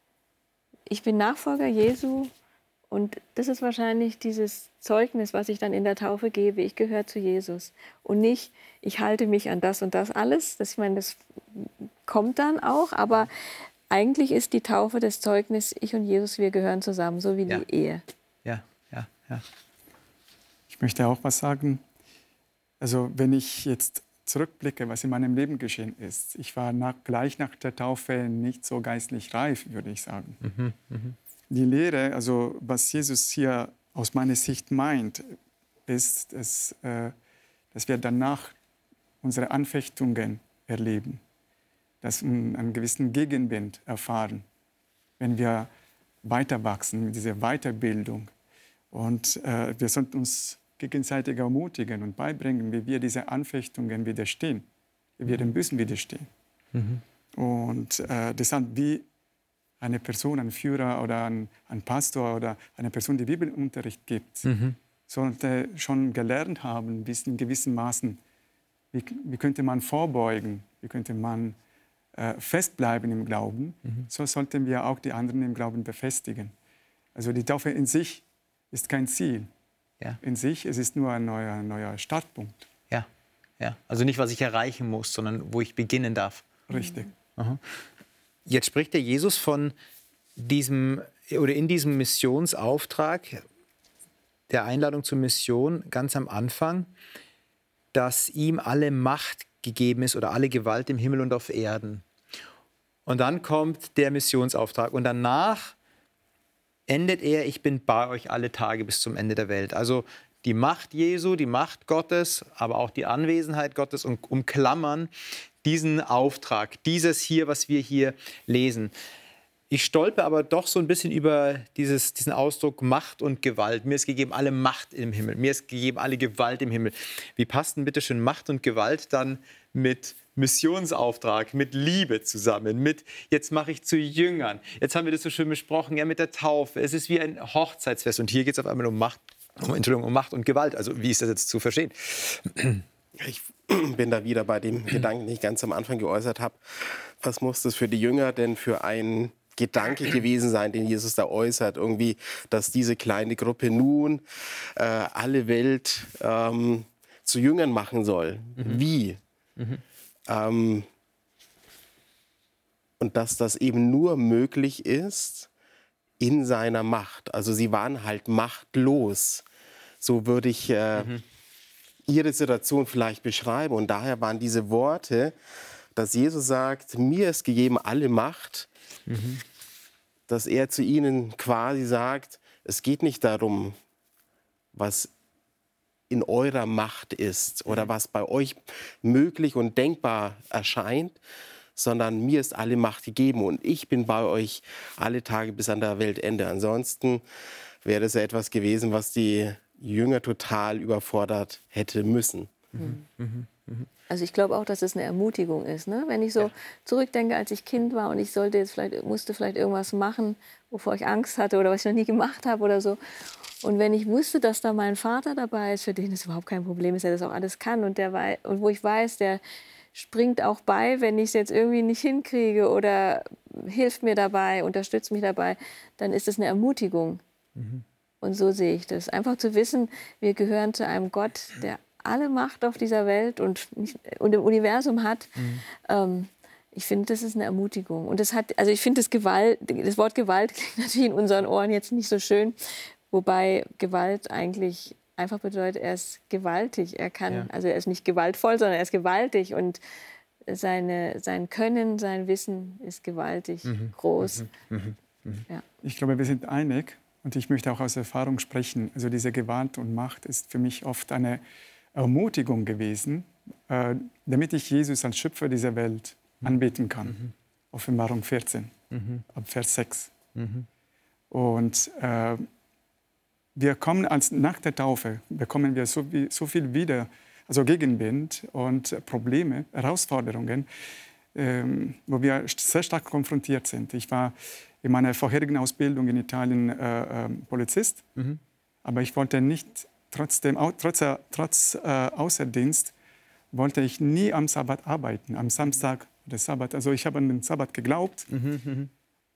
ich bin Nachfolger Jesu und das ist wahrscheinlich dieses Zeugnis, was ich dann in der Taufe gebe. Ich gehöre zu Jesus und nicht, ich halte mich an das und das alles. Das, ich meine, das kommt dann auch, aber eigentlich ist die Taufe das Zeugnis, ich und Jesus, wir gehören zusammen, so wie ja. die Ehe. Ja, ja, ja. Ich möchte auch was sagen. Also wenn ich jetzt zurückblicke, was in meinem Leben geschehen ist. Ich war nach, gleich nach der Taufe nicht so geistlich reif, würde ich sagen. Mhm, mh. Die Lehre, also was Jesus hier aus meiner Sicht meint, ist, dass, äh, dass wir danach unsere Anfechtungen erleben, dass wir einen gewissen Gegenwind erfahren, wenn wir weiter wachsen, diese Weiterbildung. Und äh, wir sollten uns gegenseitig ermutigen und beibringen, wie wir diese Anfechtungen widerstehen, wie wir dem Bösen widerstehen. Mhm. Und äh, deshalb, wie eine Person, ein Führer oder ein, ein Pastor oder eine Person, die Bibelunterricht gibt, mhm. sollte schon gelernt haben, bis in gewissen Maßen, wie, wie könnte man vorbeugen, wie könnte man äh, festbleiben im Glauben. Mhm. So sollten wir auch die anderen im Glauben befestigen. Also die Taufe in sich ist kein Ziel. Ja. In sich, es ist nur ein neuer, neuer Startpunkt. Ja. Ja, also nicht, was ich erreichen muss, sondern wo ich beginnen darf. Richtig. Aha. Jetzt spricht der Jesus von diesem, oder in diesem Missionsauftrag, der Einladung zur Mission ganz am Anfang, dass ihm alle Macht gegeben ist oder alle Gewalt im Himmel und auf Erden. Und dann kommt der Missionsauftrag und danach endet er, ich bin bei euch alle Tage bis zum Ende der Welt. Also die Macht Jesu, die Macht Gottes, aber auch die Anwesenheit Gottes und umklammern diesen Auftrag, dieses hier, was wir hier lesen. Ich stolpe aber doch so ein bisschen über dieses, diesen Ausdruck Macht und Gewalt. Mir ist gegeben alle Macht im Himmel, mir ist gegeben alle Gewalt im Himmel. Wie passt denn bitte schön Macht und Gewalt dann mit Missionsauftrag, mit Liebe zusammen, mit jetzt mache ich zu Jüngern. Jetzt haben wir das so schön besprochen, ja, mit der Taufe. Es ist wie ein Hochzeitsfest und hier geht es auf einmal um Macht, um, Entschuldigung, um Macht und Gewalt. Also wie ist das jetzt zu verstehen? Ich bin da wieder bei dem Gedanken, den ich ganz am Anfang geäußert habe. Was muss das für die Jünger denn für ein Gedanke gewesen sein, den Jesus da äußert? Irgendwie, dass diese kleine Gruppe nun äh, alle Welt ähm, zu Jüngern machen soll. Mhm. Wie? Mhm. Ähm, und dass das eben nur möglich ist in seiner Macht. Also sie waren halt machtlos. So würde ich äh, mhm. ihre Situation vielleicht beschreiben. Und daher waren diese Worte, dass Jesus sagt, mir ist gegeben alle Macht, mhm. dass er zu ihnen quasi sagt, es geht nicht darum, was in eurer Macht ist oder was bei euch möglich und denkbar erscheint, sondern mir ist alle Macht gegeben und ich bin bei euch alle Tage bis an der Weltende. Ansonsten wäre das ja etwas gewesen, was die Jünger total überfordert hätte müssen. Mhm. Mhm. Also ich glaube auch, dass es eine Ermutigung ist. Ne? Wenn ich so ja. zurückdenke, als ich Kind war und ich sollte jetzt vielleicht, musste vielleicht irgendwas machen, wovor ich Angst hatte oder was ich noch nie gemacht habe oder so. Und wenn ich wusste, dass da mein Vater dabei ist, für den es überhaupt kein Problem ist, der das auch alles kann und, der wei- und wo ich weiß, der springt auch bei, wenn ich es jetzt irgendwie nicht hinkriege oder hilft mir dabei, unterstützt mich dabei, dann ist es eine Ermutigung. Mhm. Und so sehe ich das. Einfach zu wissen, wir gehören zu einem Gott, der alle Macht auf dieser Welt und, und im Universum hat. Mhm. Ähm, ich finde, das ist eine Ermutigung. Und das hat, also ich finde, das, Gewalt, das Wort Gewalt klingt natürlich in unseren Ohren jetzt nicht so schön, wobei Gewalt eigentlich einfach bedeutet, er ist gewaltig. Er kann, ja. also er ist nicht gewaltvoll, sondern er ist gewaltig und seine, sein Können, sein Wissen ist gewaltig, mhm. groß. Mhm. Mhm. Mhm. Ja. Ich glaube, wir sind einig und ich möchte auch aus Erfahrung sprechen. Also diese Gewalt und Macht ist für mich oft eine Ermutigung gewesen, äh, damit ich Jesus als Schöpfer dieser Welt anbeten kann. Mhm. Offenbarung vierzehn, mhm. ab Vers sechs. Mhm. Und äh, wir kommen als, nach der Taufe, bekommen wir so, wie, so viel wieder, also Gegenwind und Probleme, Herausforderungen, ähm, wo wir sehr stark konfrontiert sind. Ich war in meiner vorherigen Ausbildung in Italien äh, äh, Polizist, mhm. aber ich wollte nicht Trotzdem, trotz, trotz äh, Außerdienst wollte ich nie am Sabbat arbeiten, am Samstag oder Sabbat. Also ich habe an den Sabbat geglaubt. Mhm, mh.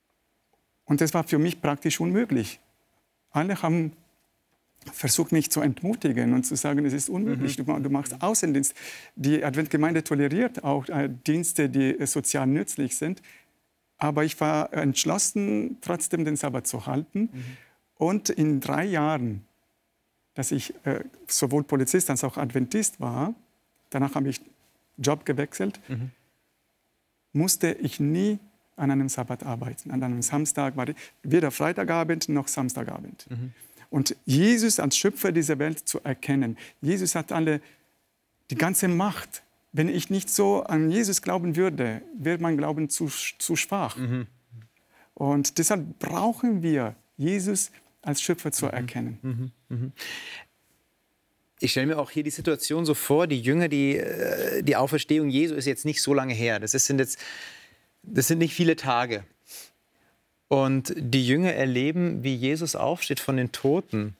Und das war für mich praktisch unmöglich. Alle haben versucht, mich zu entmutigen und zu sagen, es ist unmöglich, mhm. du, du machst Außendienst. Die Adventgemeinde toleriert auch äh, Dienste, die äh, sozial nützlich sind. Aber ich war entschlossen, trotzdem den Sabbat zu halten. Mhm. Und in drei Jahren, dass ich äh, sowohl Polizist als auch Adventist war, danach habe ich Job gewechselt, mhm. musste ich nie an einem Sabbat arbeiten. An einem Samstag war ich weder Freitagabend noch Samstagabend. Mhm. Und Jesus als Schöpfer dieser Welt zu erkennen, Jesus hat alle, die ganze Macht. Wenn ich nicht so an Jesus glauben würde, wäre mein Glauben zu, zu schwach. Mhm. Und deshalb brauchen wir Jesus als Schöpfer zu erkennen. Mhm, mhm. Ich stelle mir auch hier die Situation so vor, die Jünger, die, die Auferstehung Jesu ist jetzt nicht so lange her. Das, ist, sind jetzt, das sind nicht viele Tage. Und die Jünger erleben, wie Jesus aufsteht von den Toten.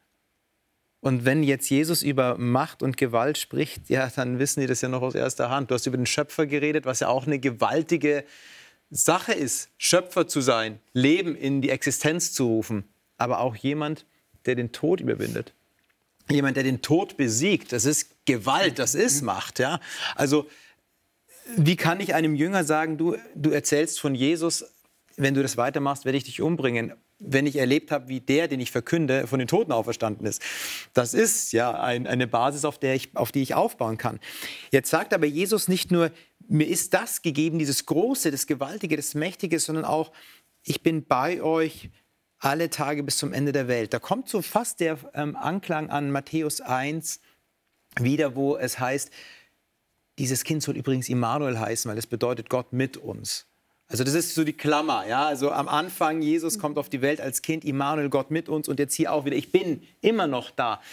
Und wenn jetzt Jesus über Macht und Gewalt spricht, ja, dann wissen die das ja noch aus erster Hand. Du hast über den Schöpfer geredet, was ja auch eine gewaltige Sache ist, Schöpfer zu sein, Leben in die Existenz zu rufen. Aber auch jemand, der den Tod überwindet. Jemand, der den Tod besiegt. Das ist Gewalt, das ist Macht. Ja? Also wie kann ich einem Jünger sagen, du, du erzählst von Jesus, wenn du das weitermachst, werde ich dich umbringen. Wenn ich erlebt habe, wie der, den ich verkünde, von den Toten auferstanden ist. Das ist ja ein, eine Basis, auf, der ich, auf die ich aufbauen kann. Jetzt sagt aber Jesus nicht nur, mir ist das gegeben, dieses Große, das Gewaltige, das Mächtige, sondern auch, ich bin bei euch alle Tage bis zum Ende der Welt. Da kommt so fast der ähm, Anklang an Matthäus eins wieder, wo es heißt, dieses Kind soll übrigens Immanuel heißen, weil es bedeutet Gott mit uns. Also das ist so die Klammer, ja. Also am Anfang, Jesus kommt auf die Welt als Kind, Immanuel, Gott mit uns, und jetzt hier auch wieder, ich bin immer noch da.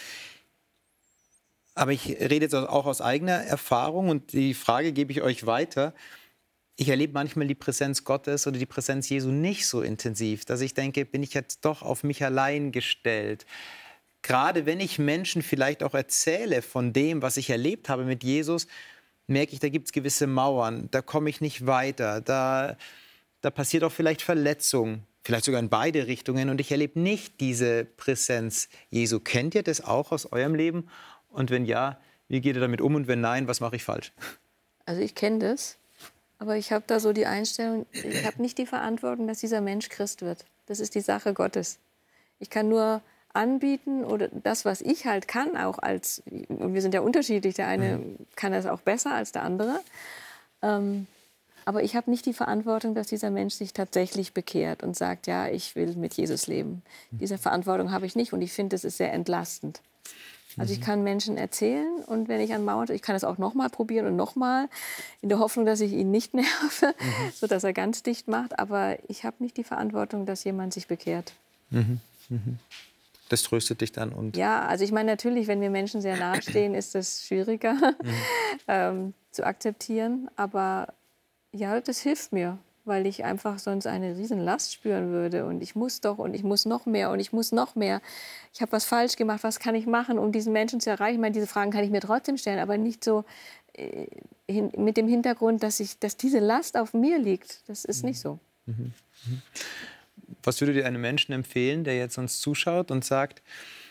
Aber ich rede jetzt auch aus eigener Erfahrung und die Frage gebe ich euch weiter. Ich erlebe manchmal die Präsenz Gottes oder die Präsenz Jesu nicht so intensiv, dass ich denke, bin ich jetzt doch auf mich allein gestellt. Gerade wenn ich Menschen vielleicht auch erzähle von dem, was ich erlebt habe mit Jesus, merke ich, da gibt es gewisse Mauern, da komme ich nicht weiter, da, da passiert auch vielleicht Verletzung, vielleicht sogar in beide Richtungen, und ich erlebe nicht diese Präsenz Jesu. Kennt ihr das auch aus eurem Leben? Und wenn ja, wie geht ihr damit um, und wenn nein, was mache ich falsch? Also ich kenne das. Aber ich habe da so die Einstellung, ich habe nicht die Verantwortung, dass dieser Mensch Christ wird. Das ist die Sache Gottes. Ich kann nur anbieten oder das, was ich halt kann, auch als, und wir sind ja unterschiedlich, der eine mhm. kann das auch besser als der andere. Ähm, aber ich habe nicht die Verantwortung, dass dieser Mensch sich tatsächlich bekehrt und sagt, ja, ich will mit Jesus leben. Diese Verantwortung habe ich nicht, und ich finde, das ist sehr entlastend. Also ich kann Menschen erzählen, und wenn ich an Mauern, ich kann es auch noch mal probieren und noch mal, in der Hoffnung, dass ich ihn nicht nerve, mhm. sodass er ganz dicht macht. Aber ich habe nicht die Verantwortung, dass jemand sich bekehrt. Mhm. Mhm. das tröstet dich dann. Und Ja, also ich meine natürlich, wenn wir Menschen sehr nahe stehen, ist das schwieriger mhm. ähm, zu akzeptieren. Aber ja, das hilft mir, weil ich einfach sonst eine riesen Last spüren würde. Und ich muss doch und ich muss noch mehr und ich muss noch mehr. Ich habe was falsch gemacht, was kann ich machen, um diesen Menschen zu erreichen? Ich meine, diese Fragen kann ich mir trotzdem stellen, aber nicht so äh, hin, mit dem Hintergrund, dass, ich, dass diese Last auf mir liegt. Das ist nicht so. Mhm. Mhm. Was würdet ihr einem Menschen empfehlen, der jetzt uns zuschaut und sagt,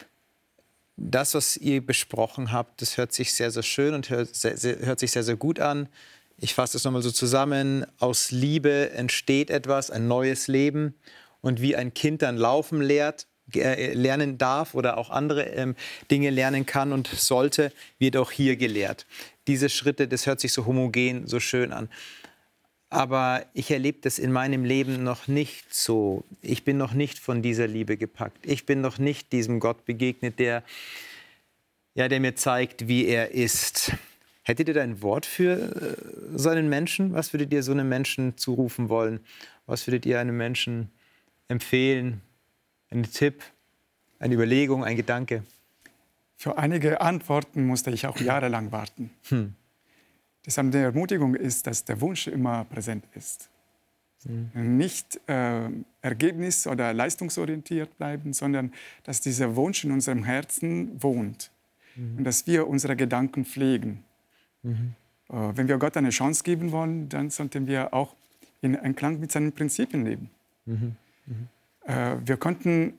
das, was ihr besprochen habt, das hört sich sehr, sehr schön und hört, sehr, sehr, hört sich sehr, sehr gut an. Ich fasse das nochmal so zusammen. Aus Liebe entsteht etwas, ein neues Leben. Und wie ein Kind dann laufen lehrt, äh, lernen darf oder auch andere ähm, Dinge lernen kann und sollte, wird auch hier gelehrt. Diese Schritte, das hört sich so homogen, so schön an. Aber ich erlebe das in meinem Leben noch nicht so. Ich bin noch nicht von dieser Liebe gepackt. Ich bin noch nicht diesem Gott begegnet, der, ja, der mir zeigt, wie er ist. Hättet ihr da ein Wort für äh, so einen Menschen? Was würdet ihr so einem Menschen zurufen wollen? Was würdet ihr einem Menschen empfehlen? Ein Tipp, eine Überlegung, ein Gedanke? Für einige Antworten musste ich auch jahrelang warten. Hm. Deshalb die Ermutigung ist, dass der Wunsch immer präsent ist. Mhm. Nicht äh, ergebnis- oder leistungsorientiert bleiben, sondern dass dieser Wunsch in unserem Herzen wohnt. Mhm. Und dass wir unsere Gedanken pflegen. Mhm. Äh, wenn wir Gott eine Chance geben wollen, dann sollten wir auch in Einklang mit seinen Prinzipien leben. Mhm. Mhm. Äh, wir konnten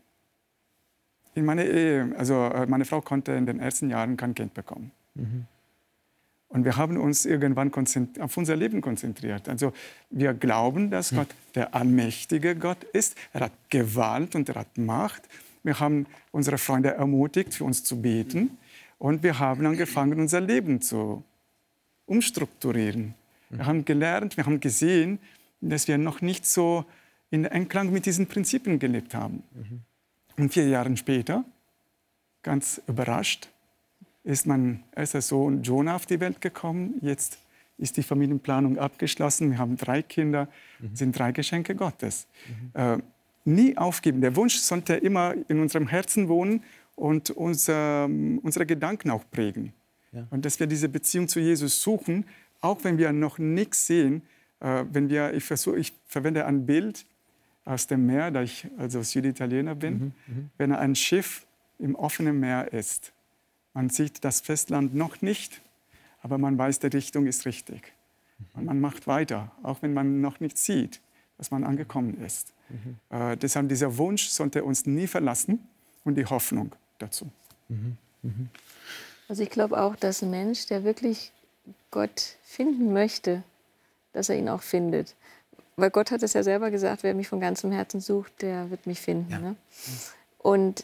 in meiner Ehe, also äh, meine Frau konnte in den ersten Jahren kein Kind bekommen. Mhm. Und wir haben uns irgendwann auf unser Leben konzentriert. Also wir glauben, dass Gott der allmächtige Gott ist. Er hat Gewalt und er hat Macht. Wir haben unsere Freunde ermutigt, für uns zu beten. Und wir haben angefangen, unser Leben zu umstrukturieren. Wir haben gelernt, wir haben gesehen, dass wir noch nicht so in Einklang mit diesen Prinzipien gelebt haben. Und vier Jahre später, ganz überrascht, ist mein erster Sohn Jonah auf die Welt gekommen. Jetzt ist die Familienplanung abgeschlossen. Wir haben drei Kinder, mhm. sind drei Geschenke Gottes. Mhm. Äh, nie aufgeben. Der Wunsch sollte immer in unserem Herzen wohnen und unser, unsere Gedanken auch prägen. Ja. Und dass wir diese Beziehung zu Jesus suchen, auch wenn wir noch nichts sehen. Äh, wenn wir, ich, versuch, ich verwende ein Bild aus dem Meer, da ich also Süditaliener bin. Mhm. Mhm. Wenn ein Schiff im offenen Meer ist, man sieht das Festland noch nicht, aber man weiß, die Richtung ist richtig. Und man macht weiter, auch wenn man noch nicht sieht, dass man angekommen ist. Mhm. Äh, deshalb dieser Wunsch sollte uns nie verlassen und die Hoffnung dazu. Mhm. Mhm. Also ich glaube auch, dass ein Mensch, der wirklich Gott finden möchte, dass er ihn auch findet. Weil Gott hat es ja selber gesagt, wer mich von ganzem Herzen sucht, der wird mich finden. Ja. Ne? Und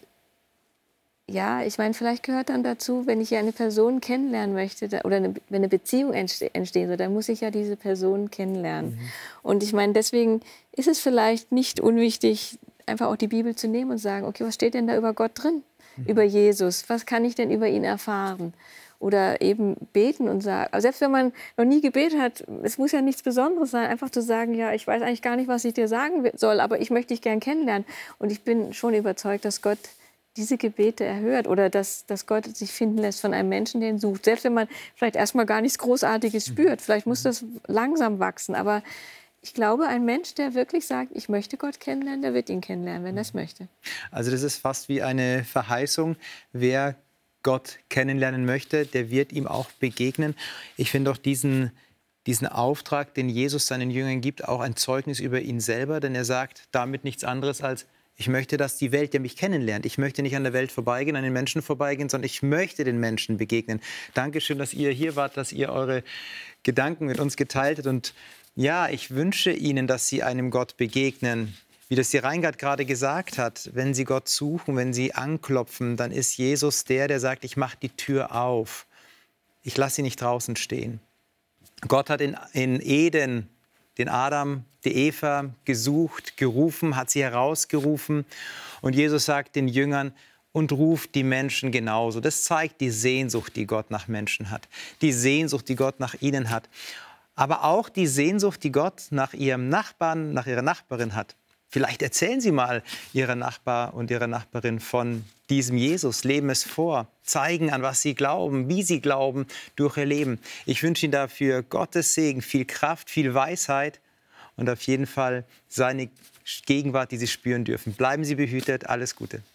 ja, ich meine, vielleicht gehört dann dazu, wenn ich ja eine Person kennenlernen möchte oder eine, wenn eine Beziehung entste- entstehen soll, dann muss ich ja diese Person kennenlernen. Mhm. Und ich meine, deswegen ist es vielleicht nicht unwichtig, einfach auch die Bibel zu nehmen und sagen, okay, was steht denn da über Gott drin? Mhm. Über Jesus? Was kann ich denn über ihn erfahren? Oder eben beten und sagen, aber selbst wenn man noch nie gebetet hat, es muss ja nichts Besonderes sein, einfach zu sagen, ja, ich weiß eigentlich gar nicht, was ich dir sagen soll, aber ich möchte dich gern kennenlernen. Und ich bin schon überzeugt, dass Gott diese Gebete erhört oder dass, dass Gott sich finden lässt von einem Menschen, der ihn sucht. Selbst wenn man vielleicht erstmal gar nichts Großartiges spürt, vielleicht muss das langsam wachsen. Aber ich glaube, ein Mensch, der wirklich sagt, ich möchte Gott kennenlernen, der wird ihn kennenlernen, wenn er es möchte. Also das ist fast wie eine Verheißung. Wer Gott kennenlernen möchte, der wird ihm auch begegnen. Ich finde auch diesen, diesen Auftrag, den Jesus seinen Jüngern gibt, auch ein Zeugnis über ihn selber. Denn er sagt damit nichts anderes als, ich möchte, dass die Welt ja mich kennenlernt. Ich möchte nicht an der Welt vorbeigehen, an den Menschen vorbeigehen, sondern ich möchte den Menschen begegnen. Dankeschön, dass ihr hier wart, dass ihr eure Gedanken mit uns geteilt habt. Und ja, ich wünsche Ihnen, dass Sie einem Gott begegnen. Wie das die Reingard gerade gesagt hat, wenn Sie Gott suchen, wenn Sie anklopfen, dann ist Jesus der, der sagt, ich mache die Tür auf. Ich lasse Sie nicht draußen stehen. Gott hat in, in Eden den Adam, die Eva gesucht, gerufen, hat sie herausgerufen. Und Jesus sagt den Jüngern, und ruft die Menschen genauso. Das zeigt die Sehnsucht, die Gott nach Menschen hat. Die Sehnsucht, die Gott nach ihnen hat. Aber auch die Sehnsucht, die Gott nach ihrem Nachbarn, nach ihrer Nachbarin hat. Vielleicht erzählen Sie mal Ihrer Nachbar und Ihrer Nachbarin von diesem Jesus, leben es vor, zeigen, an was Sie glauben, wie Sie glauben, durch Ihr Leben. Ich wünsche Ihnen dafür Gottes Segen, viel Kraft, viel Weisheit und auf jeden Fall seine Gegenwart, die Sie spüren dürfen. Bleiben Sie behütet, alles Gute.